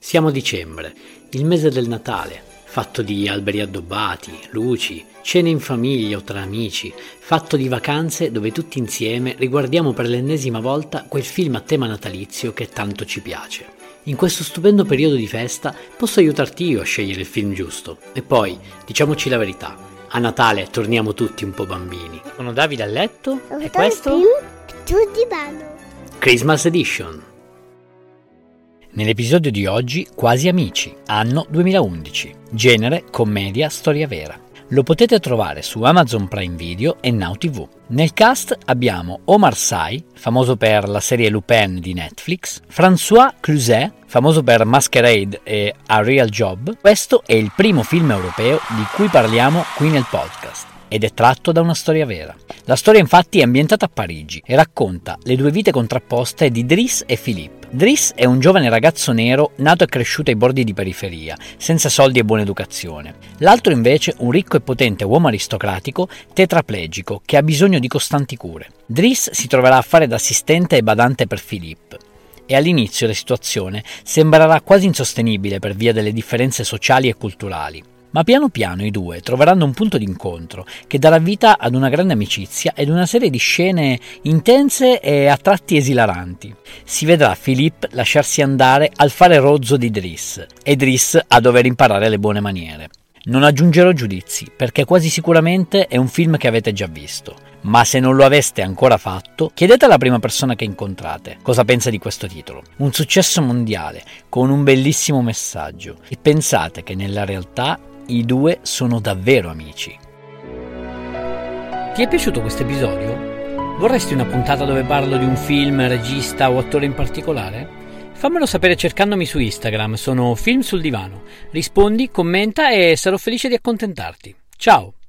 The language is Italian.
Siamo a dicembre, il mese del Natale, fatto di alberi addobbati, luci, cene in famiglia o tra amici, fatto di vacanze dove tutti insieme riguardiamo per l'ennesima volta quel film a tema natalizio che tanto ci piace. In questo stupendo periodo di festa posso aiutarti io a scegliere il film giusto. E poi, diciamoci la verità, a Natale torniamo tutti un po' bambini. Sono Davide a letto e questo? Tutti vanno. Christmas Edition. Nell'episodio di oggi, Quasi Amici, anno 2011, genere commedia storia vera. Lo potete trovare su Amazon Prime Video e Now TV. Nel cast abbiamo Omar Sy, famoso per la serie Lupin di Netflix, François Cluzet, famoso per Masquerade e A Real Job. Questo è il primo film europeo di cui parliamo qui nel podcast ed è tratto da una storia vera. La storia infatti è ambientata a Parigi e racconta le due vite contrapposte di Driss e Philippe. Driss è un giovane ragazzo nero nato e cresciuto ai bordi di periferia, senza soldi e buona educazione. L'altro invece un ricco e potente uomo aristocratico tetraplegico che ha bisogno di costanti cure. Driss si troverà a fare da assistente e badante per Philippe e all'inizio la situazione sembrerà quasi insostenibile per via delle differenze sociali e culturali. Ma piano piano i due troveranno un punto d'incontro che darà vita ad una grande amicizia ed una serie di scene intense e a tratti esilaranti. Si vedrà Philippe lasciarsi andare al fare rozzo di Driss e Driss a dover imparare le buone maniere. Non aggiungerò giudizi perché quasi sicuramente è un film che avete già visto, ma se non lo aveste ancora fatto, chiedete alla prima persona che incontrate cosa pensa di questo titolo. Un successo mondiale con un bellissimo messaggio e pensate che nella realtà i due sono davvero amici. Ti è piaciuto questo episodio? Vorresti una puntata dove parlo di un film, regista o attore in particolare? Fammelo sapere cercandomi su Instagram, sono Film sul Divano. Rispondi, commenta e sarò felice di accontentarti. Ciao!